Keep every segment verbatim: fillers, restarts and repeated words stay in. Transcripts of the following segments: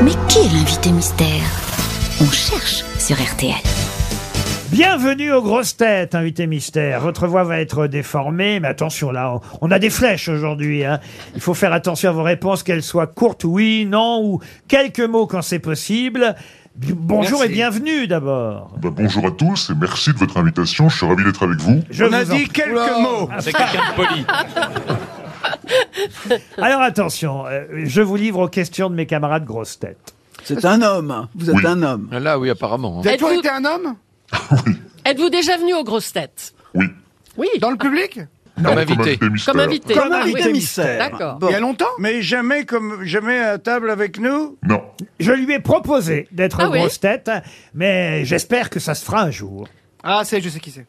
Mais qui est l'invité mystère? On cherche sur R T L. Bienvenue aux grosses têtes, invité mystère. Votre voix va être déformée, mais attention là, on a des flèches aujourd'hui. Hein. Il faut faire attention à vos réponses, qu'elles soient courtes, oui, non, ou quelques mots quand c'est possible. Bonjour merci. Et bienvenue d'abord. Bah, bonjour à tous et merci de votre invitation, je suis ravi d'être avec vous. Je on vous a dit en... quelques Oula. mots. C'est quelqu'un de poli. Alors attention, euh, je vous livre aux questions de mes camarades grosses têtes. C'est un homme, vous êtes oui. un homme. Là, oui, apparemment. Vous avez toujours été un homme? Oui. Êtes-vous déjà venu aux grosses têtes? Oui. Oui. Dans le public? Comme Non, invité. mystère. Comme invité. Comme Ah, invité oui. mystère. D'accord. Bon. Il y a longtemps? Mais jamais comme jamais à table avec nous. Non. Je lui ai proposé d'être Ah aux oui. grosses têtes, mais j'espère que ça se fera un jour. Ah, c'est, je sais qui c'est.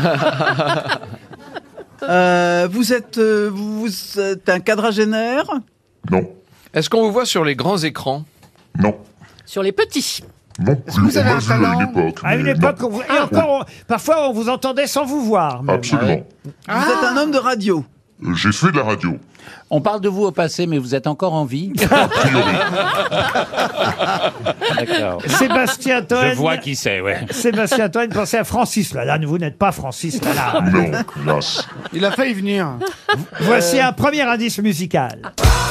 Euh, vous êtes euh, vous êtes un quadragénaire. Non. Est-ce qu'on vous voit sur les grands écrans? Non. Sur les petits. Non. Est-ce que vous on avez m'a un vu talent à une époque. À une mais époque, non. on vous- et encore, on- parfois on vous entendait sans vous voir. même. Absolument. Ah. Vous êtes un homme de radio. Euh, J'ai fait de la radio. On parle de vous au passé, mais vous êtes encore en vie. D'accord. Sébastien Toen. Je vois qui c'est, ouais. Sébastien Toen, pensez à Francis Lalanne. Vous n'êtes pas Francis Lalanne. Non, hélas. Il a failli venir. Voici un premier indice musical.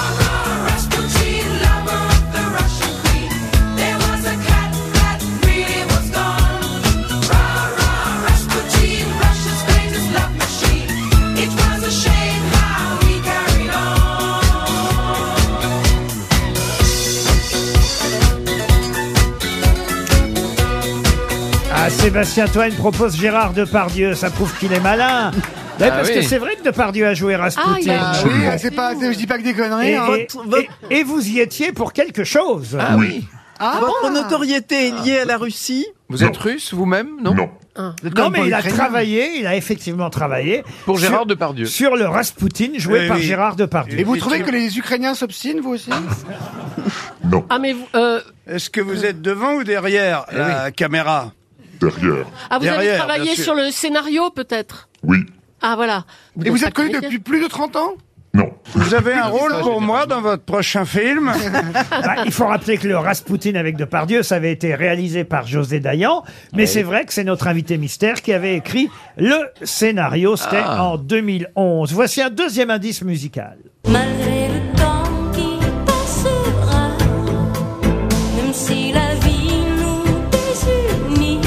Ah, Sébastien Toen propose Gérard Depardieu. Ça prouve qu'il est malin. Ouais, Ah parce oui. que c'est vrai que Depardieu a joué Rasputin. Ah, il a- Ah oui, c'est pas, c'est- je dis pas que des conneries. Et, hein. et- Votre- votre- et- et vous y étiez pour quelque chose. Ah oui. Ah, Votre notoriété est liée à la Russie. Vous êtes russe vous-même, non? Non. vous êtes Non, quand même mais pas il a ukrainien. travaillé, il a effectivement travaillé Pour sur- Gérard Depardieu. sur le Rasputin joué Oui, par oui. Gérard Depardieu. Et vous trouvez que les Ukrainiens s'obstinent, vous aussi? Non. Ah, mais vous, euh, Est-ce que vous êtes devant ou derrière la caméra? Derrière. ah, vous avez Derrière, travaillé bien sûr. sur le scénario, peut-être? Oui. Ah, voilà. Et vous êtes connu comédien. depuis plus de trente ans? Non. Vous avez un rôle pour moi dans votre prochain film. Bah, il faut rappeler que le Rasputin avec Depardieu, ça avait été réalisé par José Dayan, mais c'est vrai que c'est notre invité mystère qui avait écrit le scénario, c'était Ah. en deux mille onze. Voici un deuxième indice musical. Malgré le temps qui passera, même si la vie nous désunit,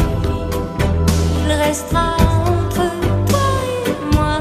il restera entre toi et moi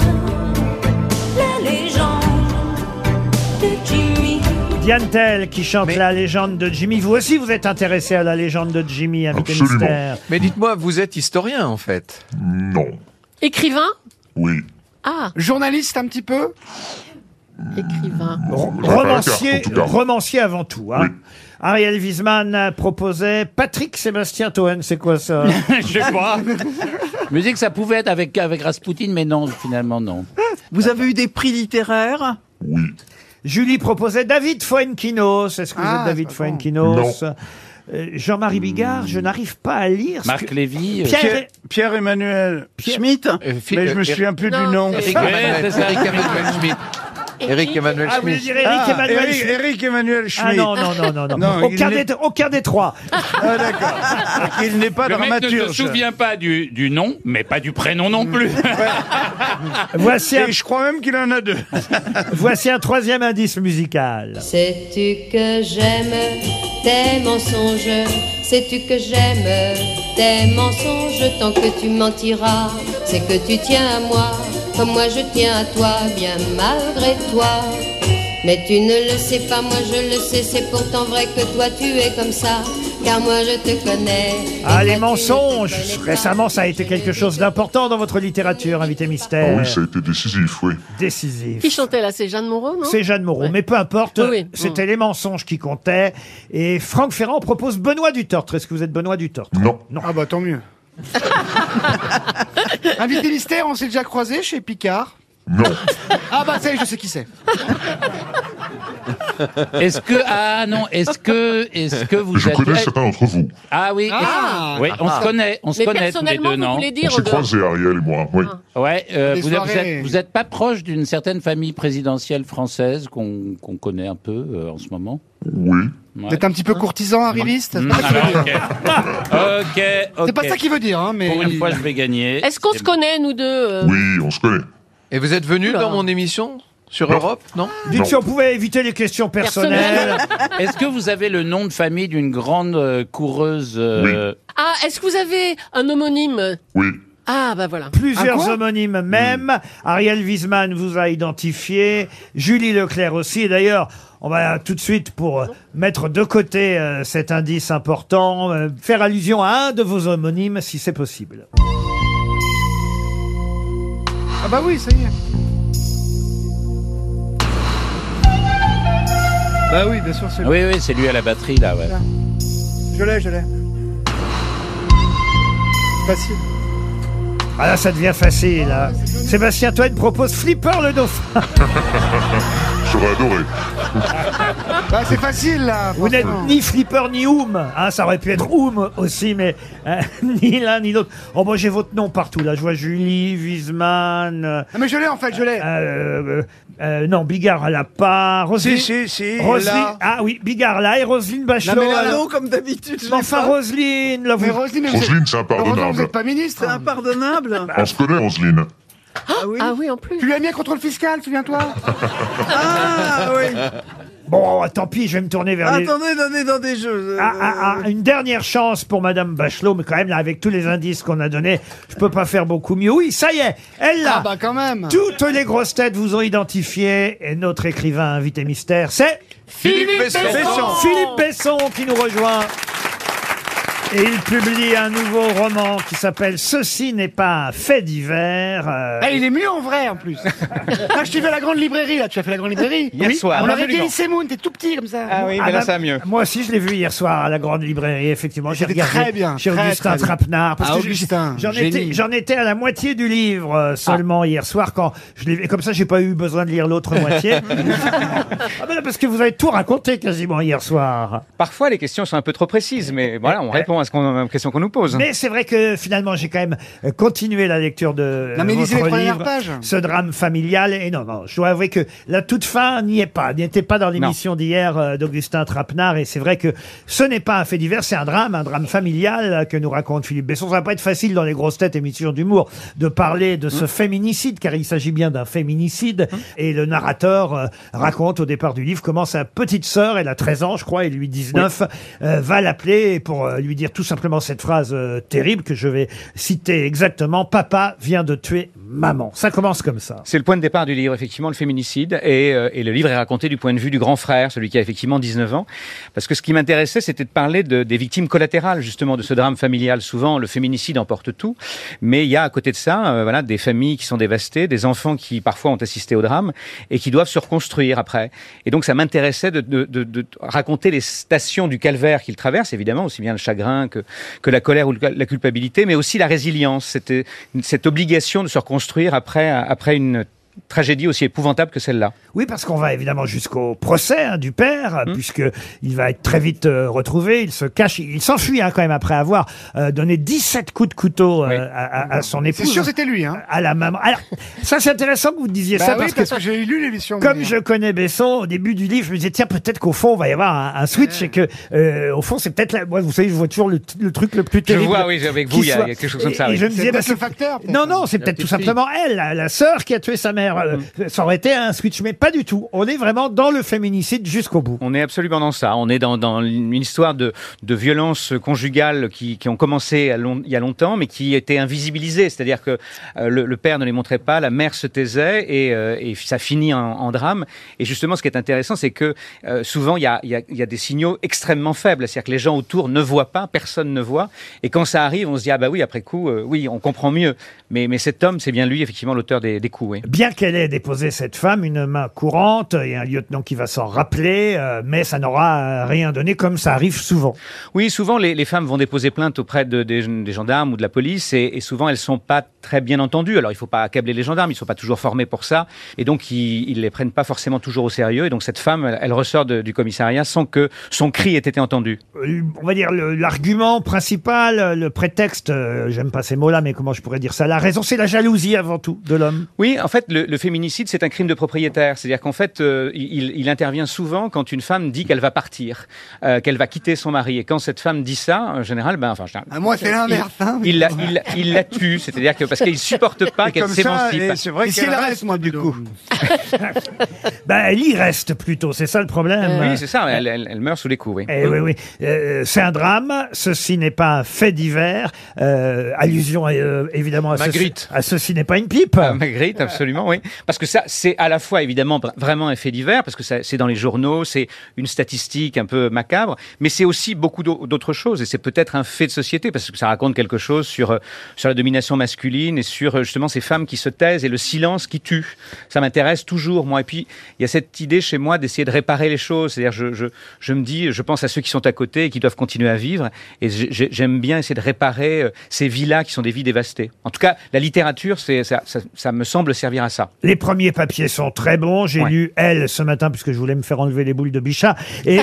la légende de Jimmy. Diane Tell qui chante Mais- la légende de Jimmy. Vous aussi, vous êtes intéressé à la légende de Jimmy, invité Absolument. mystère. Mais dites-moi, vous êtes historien en fait. Non. Écrivain? Oui. Ah, Journaliste un petit peu? écrivain. Ro- J'aurais pas la romancier, carte, en tout cas. romancier avant tout. Hein. Oui. Ariel Wiesman proposait Patrick Sébastien Toen. C'est quoi ça? Je sais pas. Je me dis que ça pouvait être avec, avec Rasputin, mais non, finalement, non. Vous avez eu des prix littéraires. Oui. Julie proposait David Fuenquinos. Est-ce que vous Ah, êtes David c'est pas bon. Fuenquinos? Euh, Jean-Marie Bigard, je n'arrive pas à lire. ce Marc que- Lévy. euh, Pierre- Pierre, Pierre-Emmanuel Pierre- Schmitt. Euh, fi- Mais je me euh, souviens plus Non, du nom. c'est- Eric Ouais, Emmanuel, c'est ça. Eric Emmanuel Schmitt. Eric Emmanuel Ah, vous voulez Schmitt. dire Eric Ah, Emmanuel Eric, Schmitt. Eric Emmanuel Schmitt. Ah non, non, non, non, non. Non, aucun, il des, n'est- aucun des trois. Ah, d'accord. Il n'est pas Le mec ne se dramaturge. souvient pas du, du nom, mais pas du prénom non plus. Voici un, Et je crois même qu'il en a deux. voici un troisième indice musical. Sais-tu que j'aime tes mensonges? Sais-tu que j'aime tes mensonges? Tant que tu mentiras, c'est que tu tiens à moi, comme moi je tiens à toi, bien malgré toi. Mais tu ne le sais pas, moi je le sais, c'est pourtant vrai que toi tu es comme ça, car moi je te connais. Et Ah, toi, les tu ne mensonges. me connais pas. Récemment, ça a été quelque chose d'important dans votre littérature, invité Ah mystère. oui, ça a été décisif, oui. Décisif. Qui chantait là? C'est Jeanne Moreau, non? C'est Jeanne Moreau, Ouais. mais peu importe, Oui, oui. c'était les mensonges qui comptaient. Et Franck Ferrand propose Benoît Dutortre. Est-ce que vous êtes Benoît Dutortre? Non. Non. Ah bah tant mieux. Invité mystère, on s'est déjà croisé chez Picard. Non. Ah bah ça y est, je sais qui c'est. Est-ce que ah non, est-ce que est-ce que vous Je êtes connais certains d'entre vous. Ah oui, Ah. oui, on se connaît, on se Mais connaît tous les personnellement, deux, vous non? voulez On dire en s'est dehors. croisés, Ariel et moi. Oui. Ouais, euh, Des vous, êtes, vous, soirées. êtes, vous êtes pas proche d'une certaine famille présidentielle française qu'on qu'on connaît un peu euh, en ce moment? Oui. Ouais. Vous êtes un petit peu courtisan, arriviste. C'est Mmh, pas ça qu'il veut alors, dire. ok, ok, ok. C'est pas ça qu'il veut dire, hein, mais. Pour une fois, je vais gagner. Est-ce qu'on C'est se connaît, nous deux euh, Oui, on se connaît. Et vous êtes venu Oula. dans mon émission sur Non. Europe, non? Dites Non. si on pouvait éviter les questions personnelles. Est-ce que vous avez le nom de famille d'une grande euh, coureuse euh, Ah, est-ce que vous avez un homonyme? Oui. Ah, bah voilà. Plusieurs Un quoi homonymes même. Ariel Wiesman vous a identifié. Julie Leclerc aussi. Et d'ailleurs, on va tout de suite, pour euh, mettre de côté euh, cet indice important, euh, faire allusion à un de vos homonymes, si c'est possible. Ah bah oui, ça y est. Bah oui, bien sûr, c'est lui. Oui, oui, c'est lui à la batterie, là, ouais. Je l'ai, je l'ai. Facile. Ah là, ça devient facile. Là. Sébastien Toen propose Flipper le dauphin. J'aurais adoré. Bah c'est facile, là. Vous n'êtes franchement. ni Flipper ni Oum. Hein, ça aurait pu être Oum aussi, mais euh, ni l'un ni l'autre. Oh, moi, j'ai votre nom partout. Là, je vois Julie, Wiesman. Euh, Ah mais je l'ai, en fait, je l'ai. euh, euh, non, Bigard, elle l'a pas. Roselyne. Si, si, si, Roselyne. là. Ah oui, Bigard là. Et Roselyne Bachelot. Non, mais là, alors. non, comme d'habitude, je Mais l'ai enfin, pas. Roselyne, là, vous. Mais Roselyne, mais vous êtes- Roselyne, c'est Heureusement, vous impardonnable. n'êtes pas ministre. C'est impardonnable. On se connaît, Roselyne. Ah oui. Ah oui, en plus. Tu lui as mis un contrôle fiscal, souviens-toi. Ah oui. Bon, tant pis, je vais me tourner vers les. Attendez, attendez, attendez, je. Ah, ah, ah, une dernière chance pour Madame Bachelot, mais quand même, là, avec tous les indices qu'on a donnés, je peux pas faire beaucoup mieux. Oui, ça y est, elle l'a. Ah bah quand même. Toutes les grosses têtes vous ont identifié, et notre écrivain invité mystère, c'est Philippe Besson. Philippe Besson qui nous rejoint. Et il publie un nouveau roman qui s'appelle « Ceci n'est pas un fait divers euh, Ah, il est mieux en vrai en plus. Ah, je t'ai vu à la grande librairie là, tu as fait la grande librairie Hier soir. On avait Absolument. dit Semoun, t'es tout petit comme ça. Ah oui, Ah mais là, bah, ça va mieux. Moi aussi, je l'ai vu hier soir à la grande librairie, effectivement. J'ai C'était regardé très bien, chez très, Augustin très bien. Trapenard. Parce Ah, que j'ai- Augustin, j'en génie. étais, j'en étais à la moitié du livre euh, seulement hier soir quand je l'ai vu. Et comme ça, j'ai pas eu besoin de lire l'autre moitié. Ah ben là, parce que vous avez tout raconté quasiment hier soir. Parfois, les questions sont un peu trop précises, mais voilà, on répond à ce qu'on, aux questions qu'on nous pose. Mais c'est vrai que finalement, j'ai quand même euh, continué la lecture de Non, mais lisez votre les premières livre, pages. ce drame familial. Et non, non, je dois avouer que la toute fin n'y est pas, n'y était pas dans l'émission d'hier euh, d'Augustin Trapenard. Et c'est vrai que ce n'est pas un fait divers, c'est un drame, un drame familial euh, que nous raconte Philippe Besson. Ça va pas être facile dans les grosses têtes émissions d'humour de parler de ce féminicide, car il s'agit bien d'un féminicide. Et le narrateur euh, raconte au départ du livre comment sa petite sœur, elle a treize ans, je crois, et lui dix-neuf, euh, va l'appeler pour euh, lui dire tout simplement cette phrase euh, terrible que je vais citer exactement. Papa vient de tuer maman. Ça commence comme ça. C'est le point de départ du livre, effectivement, le féminicide. Et, euh, et le livre est raconté du point de vue du grand frère, celui qui a effectivement dix-neuf ans. Parce que ce qui m'intéressait, c'était de parler de, des victimes collatérales, justement, de ce drame familial. Souvent, le féminicide emporte tout. Mais il y a à côté de ça, euh, voilà, des familles qui sont dévastées, des enfants qui parfois ont assisté au drame et qui doivent se reconstruire après. Et donc, ça m'intéressait de, de, de, de raconter les stations du calvaire qu'ils traversent, évidemment, aussi bien le chagrin que, que la colère ou le- la culpabilité, mais aussi la résilience. C'était cette obligation de se reconstruire après, après une tragédie aussi épouvantable que celle-là. Oui, parce qu'on va évidemment jusqu'au procès hein, du père, Mmh. puisque il va être très vite euh, retrouvé. Il se cache, il s'enfuit hein, quand même après avoir euh, donné dix-sept coups de couteau euh, Oui. à, à- à son épouse. C'est sûr c'était lui, hein. À la maman. Alors, ça c'est intéressant que vous disiez Bah ça oui, parce, parce que, que, j'ai lu l'émission. comme vous je dire. connais Besson, au début du livre, je me disais tiens peut-être qu'au fond il va y avoir un, un switch et que euh, au fond c'est peut-être la... Moi, vous savez, je vois toujours le, le truc le plus Je terrible. vois, oui, avec qui vous, il y, a soit. il y a quelque chose comme Et- ça. et oui. je me C'est disais, bah, peut-être le c'est- facteur. peut-être. non, non, c'est peut-être tout simplement elle, la, la sœur qui a tué sa mère. Euh, Ça aurait été un switch, mais pas du tout. On est vraiment dans le féminicide jusqu'au bout. On est absolument dans ça. On est dans, dans une histoire de, de violences conjugales qui, qui ont commencé à long- il y a longtemps, mais qui étaient invisibilisées. C'est-à-dire que euh, le, le père ne les montrait pas, la mère se taisait, et, euh, et ça finit en, en drame. Et justement, ce qui est intéressant, c'est que euh, souvent, il y a, il y, a, il y a des signaux extrêmement faibles. C'est-à-dire que les gens autour ne voient pas, personne ne voit. Et quand ça arrive, on se dit, ah bah oui, après coup, euh, oui, on comprend mieux. Mais, mais cet homme, c'est bien lui, effectivement, l'auteur des, des coups. Oui. Bien bien qu'elle ait déposé cette femme une main courante et un lieutenant qui va s'en rappeler, euh, mais ça n'aura rien donné comme ça arrive souvent. Oui, souvent les, les femmes vont déposer plainte auprès de, des, des gendarmes ou de la police et, et souvent elles sont pas très bien entendues. Alors il faut pas accabler les gendarmes, ils sont pas toujours formés pour ça et donc ils, ils les prennent pas forcément toujours au sérieux. Et donc cette femme, elle, elle ressort de, du commissariat sans que son cri ait été entendu. Euh, On va dire le- l'argument principal, le prétexte, euh, j'aime pas ces mots-là, mais comment je pourrais dire ça? La raison, c'est la jalousie avant tout de l'homme. Oui, en fait, le, le féminicide, c'est un crime de propriétaire. C'est-à-dire qu'en fait, euh, il, il intervient souvent quand une femme dit qu'elle va partir, euh, qu'elle va quitter son mari. Et quand cette femme dit ça, en général, ben, enfin, je- Ah, moi, c'est l'inverse. Hein, il, la, il, la- il la tue. C'est-à-dire que parce qu'il supporte pas qu'elle comme ça, s'émancipe. et c'est vrai Et si qu'elle elle reste, reste, moi, du coup. Ben, elle y reste plutôt, c'est ça le problème. Oui, c'est ça. Elle, elle, elle meurt sous les coups. Oui. Eh oui, oui. Euh, c'est un drame. Ceci n'est pas un fait divers. Euh, allusion euh, évidemment à ceci, Magritte. à ceci n'est pas une pipe. Ah, Magritte, absolument, oui. Parce que ça, c'est à la fois évidemment vra- vraiment un fait divers, parce que ça- c'est dans les journaux, c'est une statistique un peu macabre, mais c'est aussi beaucoup d'au- d'autres choses, et c'est peut-être un fait de société, parce que ça raconte quelque chose sur, euh, sur la domination masculine et sur euh, justement ces femmes qui se taisent et le silence qui tue. Ça m'intéresse toujours, moi. Et puis, il y a cette idée chez moi d'essayer de réparer les choses. C'est-à-dire, je, je, je me dis, je pense à ceux qui sont à côté et qui doivent continuer à vivre, et j'ai- j'ai- j'aime bien essayer de réparer euh, ces vies-là qui sont des vies dévastées. En tout cas, la littérature, c'est, ça, ça, ça me semble servir à ça. Les premiers papiers sont très bons. J'ai Ouais. lu Elle ce matin puisque je voulais me faire enlever les boules de Bichat. Et,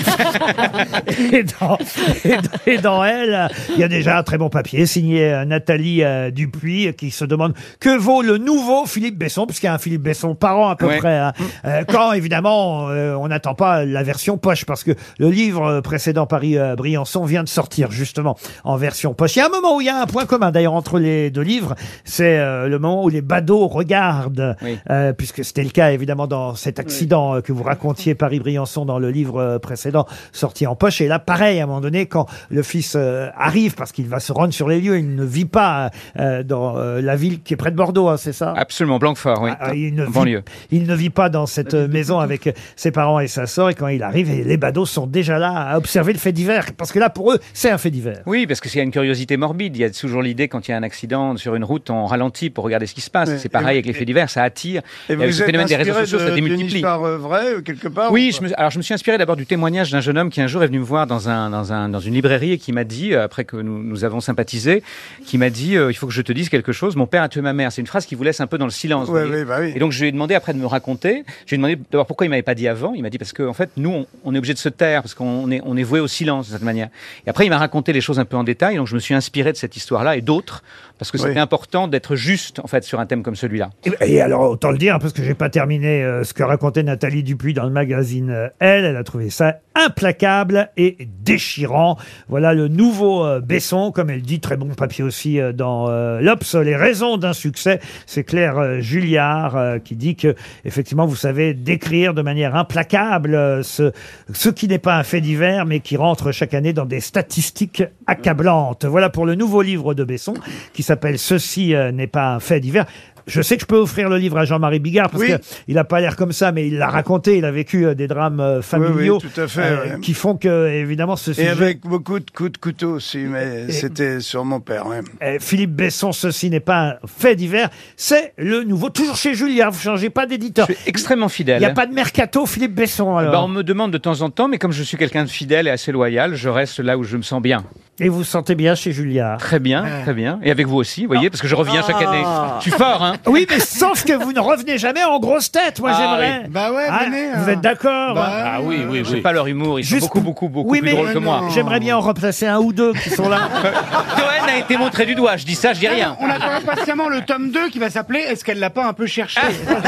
et, dans, et dans- et dans Elle, il y a déjà un très bon papier signé euh, Nathalie euh, Dupuis qui se demande que vaut le nouveau Philippe Besson, puisqu'il y a un Philippe Besson par an à peu Ouais. près. hein. Euh, quand évidemment euh, on n'attend pas la version poche, parce que le livre euh, précédent Paris-Briançon vient de sortir justement en version poche. Il y a un moment où il y a un point commun d'ailleurs entre les deux livres, c'est euh, le moment où les badauds regardent, Oui. euh, puisque c'était le cas évidemment dans cet accident euh, que vous racontiez Paris-Briançon dans le livre euh, précédent sorti en poche. Et là pareil, à un moment donné, quand le fils euh, arrive, parce qu'il va se rendre sur les lieux, il ne vit pas euh, dans euh, la ville qui est près de Bordeaux, hein, c'est ça? Absolument, Blanquefort, oui. Ah, il, ne En vit, banlieue. il ne vit pas dans cette euh, maison avec ses parents et sa sœur, et quand il arrive, et les badauds sont déjà là à observer le fait divers, parce que là pour eux c'est un fait divers. Oui, parce que s'il y a une curiosité morbide, il y a toujours l'idée quand il y a un accident sur une route, on ralentit pour regarder ce qui se passe. Ouais. C'est pareil Et avec les faits divers, ça attire. Et Et vous avec ce êtes phénomène des réseaux inspiré sociaux, ça de- d'une démultiplie. histoire euh, vraie, euh, quelque part Oui, ou je pas me, alors je me suis inspiré d'abord du témoignage d'un jeune homme qui un jour est venu me voir dans, un, dans, un, dans une librairie et qui m'a dit, euh, après que nous, nous avons sympathisé, qui m'a dit euh, il faut que je te dise quelque chose, mon père a tué ma mère. C'est une phrase qui vous laisse un peu dans le silence. vous Ouais, voyez. oui, bah oui. Et donc je lui ai demandé après de me raconter. Je lui ai demandé d'abord pourquoi il m'avait pas dit avant. Il m'a dit parce que en fait nous on, on est obligé de se taire parce qu'on est on est voué au silence de cette manière. Et après il m'a raconté les choses un peu en détail. Donc je me suis inspiré de cette histoire-là et d'autres parce que Oui. c'était important d'être juste en fait sur un thème comme celui-là. Et, et alors autant le dire, hein, parce que j'ai pas terminé euh, ce que racontait Nathalie Dupuis dans le magazine euh, Elle, elle a trouvé ça implacable et déchirant. Voilà le nouveau euh, Besson, comme elle dit, très bon papier aussi euh, dans euh, l'Obs, les raisons d'un succès. C'est Claire euh, Julliard euh, qui dit que effectivement vous savez décrire de manière implacable euh, ce, ce qui n'est pas un fait divers mais qui rentre chaque année dans des statistiques accablantes. Voilà pour le nouveau livre de Besson qui s'appelle Ceci euh, n'est pas un fait divers. Je sais que je peux offrir le livre à Jean-Marie Bigard parce Oui. qu'il n'a pas l'air comme ça, mais il l'a raconté. Il a vécu euh, des drames euh, familiaux oui, tout à fait, euh, ouais. qui font que, évidemment, ce Et sujet... avec beaucoup de coups de couteau aussi, mais Et- c'était sur mon père, ouais. Euh, Philippe Besson, ceci n'est pas un fait divers, c'est le nouveau, toujours chez Julliard, vous changez pas d'éditeur. Je suis extrêmement Il fidèle. n'y a pas de mercato Philippe Besson alors. Bah, on me demande de temps en temps, mais comme je suis quelqu'un de fidèle et assez loyal, je reste là où je me sens bien. Et vous vous sentez bien chez Julliard. Très bien, très bien. Et avec vous aussi, vous voyez, parce que je reviens chaque année. Je suis fort, hein. Oui, mais sauf que vous ne revenez jamais en grosse tête, moi Ah, j'aimerais. Bah ouais, Ah, venez. vous hein. êtes d'accord? Bah, Ah oui, oui, J'ai oui. pas leur humour, ils sont Juste- beaucoup, beaucoup, beaucoup Oui, plus mais- drôles que moi. non. J'aimerais bien en remplacer un ou deux qui sont là. Toen a été montré du doigt, je dis ça, je dis rien. On attend impatiemment le tome deux qui va s'appeler Est-ce qu'elle l'a pas un peu cherché?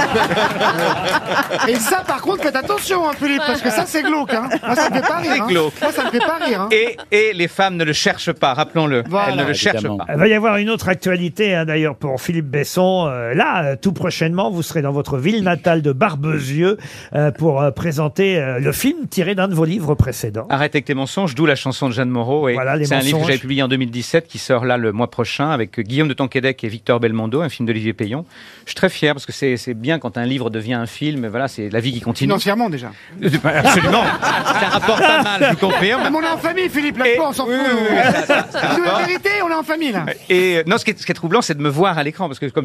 Et ça, par contre, faites attention, hein, Philippe, parce que ça, c'est glauque. Hein. Moi, ça me fait pas rire. C'est Hein. glauque. Moi, ça me fait pas rire. Hein. Et, et les femmes ne le cherchent pas, rappelons-le. Voilà. Elles ne le cherchent Évidemment. pas. Il va y avoir une autre actualité, hein, d'ailleurs, pour Philippe Besson. Euh, là, euh, tout prochainement, vous serez dans votre ville natale de Barbezieux euh, pour euh, présenter euh, le film tiré d'un de vos livres précédents. Arrête avec tes mensonges, d'où la chanson de Jeanne Moreau. Et Voilà, les c'est un livre que mensonges. j'avais publié en deux mille dix-sept qui sort là le mois prochain avec Guillaume de Tonquédec et Victor Belmondo, un film d'Olivier Payon. Je suis très fier parce que c'est c'est bien quand un livre devient un film. Voilà, c'est la vie qui continue. Financièrement, déjà. Absolument. Ça rapporte pas mal, je vous confirme. Mais on est en famille, Philippe, là, Et- on s'en fout. oui, oui, oui, ça- ça- ça Dis-nous la rapporte. vérité, on est en famille, là. Et euh, non, ce qui est, ce qui est troublant, c'est de me voir à l'écran, parce que comme je- c'est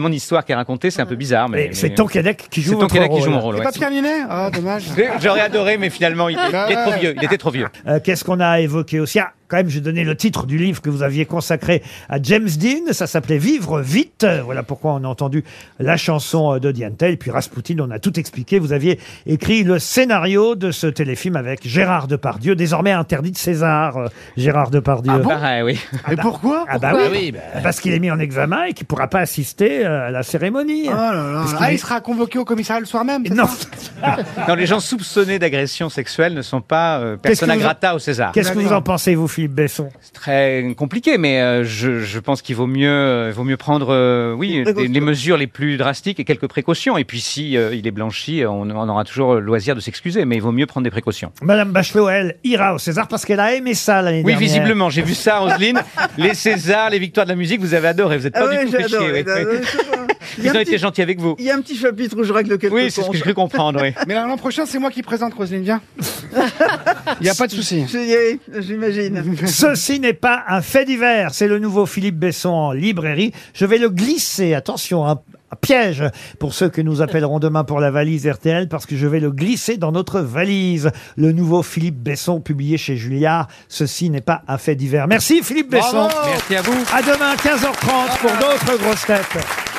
mon histoire qui est racontée, c'est un peu bizarre. Mais, Et c'est mais- Tonquédec qui joue C'est votre Tonquédec qui rôle. joue mon rôle. T'es ouais. pas Pierre Ninet Ah, dommage. J'aurais adoré, mais finalement, il, il est trop vieux. Il était trop vieux. Euh, Qu'est-ce qu'on a évoqué aussi? Ah, quand même, je donnais le titre du livre que vous aviez consacré à James Dean. Ça s'appelait Vivre vite. Voilà pourquoi on a entendu la chanson de Diane Tell. Puis Rasputin, on a tout expliqué. Vous aviez écrit le scénario de ce téléfilm avec Gérard Depardieu, désormais interdit de César, euh, Gérard Depardieu. Ah bon Pareil, oui. Et pourquoi Ah bah Pourquoi oui, Oui, bah. parce qu'il est mis en examen et qu'il ne pourra pas assister euh, à la cérémonie. Oh là là. Parce qu'il Ah, est- il sera convoqué au commissariat le soir même. c'est Non. ça Non, les gens soupçonnés d'agression sexuelle ne sont pas euh, Qu'est-ce que persona vous- grata au César. Qu'est-ce que vous D'accord. en pensez, vous, Philippe Besson? C'est très compliqué, mais euh, je, je pense qu'il vaut mieux, euh, vaut mieux prendre, euh, oui, Des les, les mesures les plus drastiques et quelques précautions. Et puis, si euh, il est blanchi, on, on aura toujours le loisir de s'excuser, mais il vaut mieux prendre des précautions. Madame Bachelot, elle, ira au César parce qu'elle a aimé ça l'année Oui, dernière. visiblement, j'ai vu ça, Roselyne. Les Césars, les victoires de la musique, vous avez adoré. Vous n'êtes pas Ah ouais, du tout fait j'ai chier. adoré. oui, oui. Il y a Ils ont un été petit- gentils avec vous. il y a un petit chapitre où je règle quelques Oui, c'est ce comptes. que je cru comprendre. Oui. Mais l'an prochain, c'est moi qui présente, Roselyne, viens. Il n'y a pas de souci. J'y ai, J'imagine. Ceci n'est pas un fait divers, c'est le nouveau Philippe Besson en librairie. Je vais le glisser, attention, un, un piège pour ceux que nous appellerons demain pour la valise R T L, parce que je vais le glisser dans notre valise. Le nouveau Philippe Besson publié chez Julliard. Ceci n'est pas un fait divers. Merci Philippe Besson. Merci à vous. À demain quinze heures trente pour d'autres grosses têtes.